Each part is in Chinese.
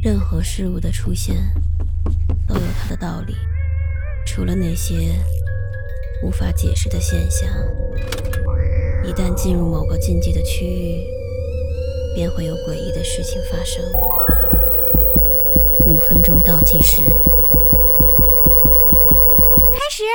任何事物的出现都有它的道理，除了那些无法解释的现象，一旦进入某个禁忌的区域，便会有诡异的事情发生。5分钟倒计时，开始。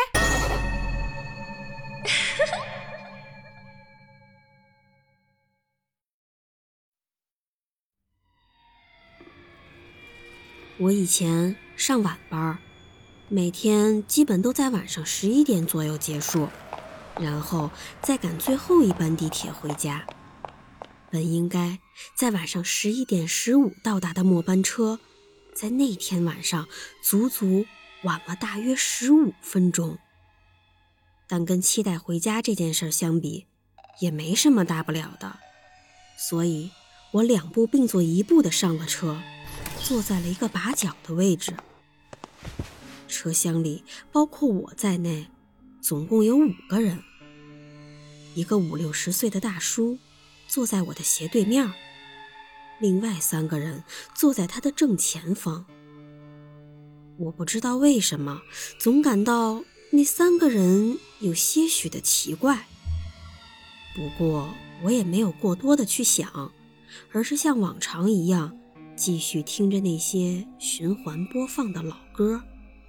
我以前上晚班，每天基本都在晚上11点左右结束，然后再赶最后一班地铁回家。本应该在晚上11点15到达的末班车，在那天晚上足足晚了大约15分钟。但跟期待回家这件事相比，也没什么大不了的，所以我2步并作1步地上了车，坐在了一个把角的位置。车厢里包括我在内，总共有5个人。一个50、60岁的大叔坐在我的斜对面，另外3个人坐在他的正前方。我不知道为什么，总感到那3个人有些许的奇怪。不过我也没有过多的去想，而是像往常一样继续听着那些循环播放的老歌。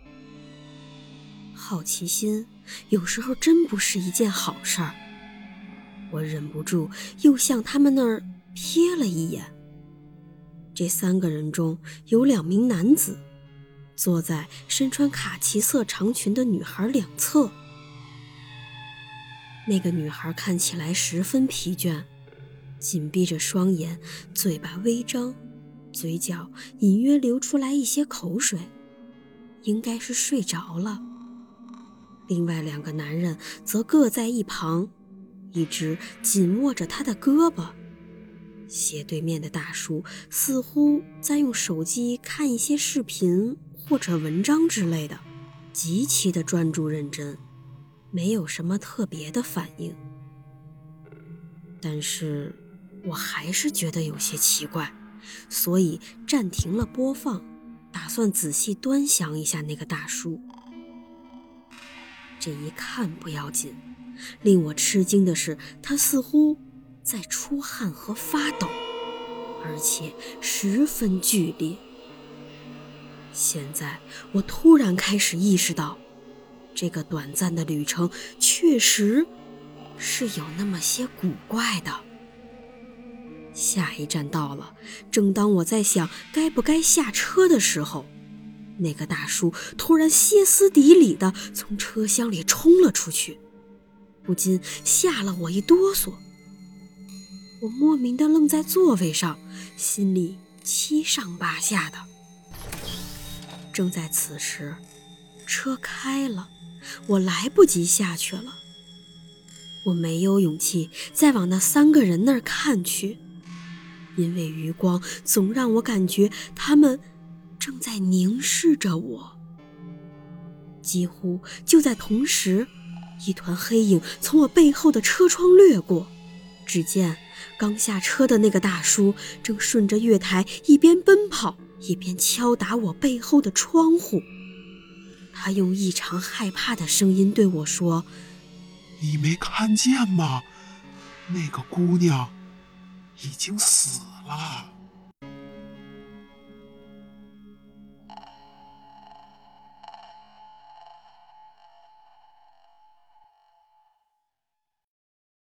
好奇心有时候真不是一件好事儿，我忍不住又向他们那儿瞥了一眼。这3个人中有2名男子，坐在身穿卡其色长裙的女孩两侧。那个女孩看起来十分疲倦，紧闭着双眼，嘴巴微张，嘴角隐约流出来一些口水，应该是睡着了。另外2个男人则各在一旁，一直紧握着他的胳膊。斜对面的大叔似乎在用手机看一些视频或者文章之类的，极其的专注认真，没有什么特别的反应。但是我还是觉得有些奇怪，所以暂停了播放，打算仔细端详一下那个大叔。这一看不要紧，令我吃惊的是，他似乎在出汗和发抖，而且十分剧烈。现在我突然开始意识到，这个短暂的旅程确实是有那么些古怪的。下一站到了，正当我在想该不该下车的时候，那个大叔突然歇斯底里地从车厢里冲了出去，不禁吓了我一哆嗦。我莫名地愣在座位上，心里七上八下的。正在此时，车开了，我来不及下去了。我没有勇气再往那3个人那儿看去，因为余光总让我感觉他们正在凝视着我。几乎就在同时，一团黑影从我背后的车窗掠过，只见刚下车的那个大叔正顺着月台一边奔跑一边敲打我背后的窗户。他用异常害怕的声音对我说：“ 你没看见吗？那个姑娘已经死了。”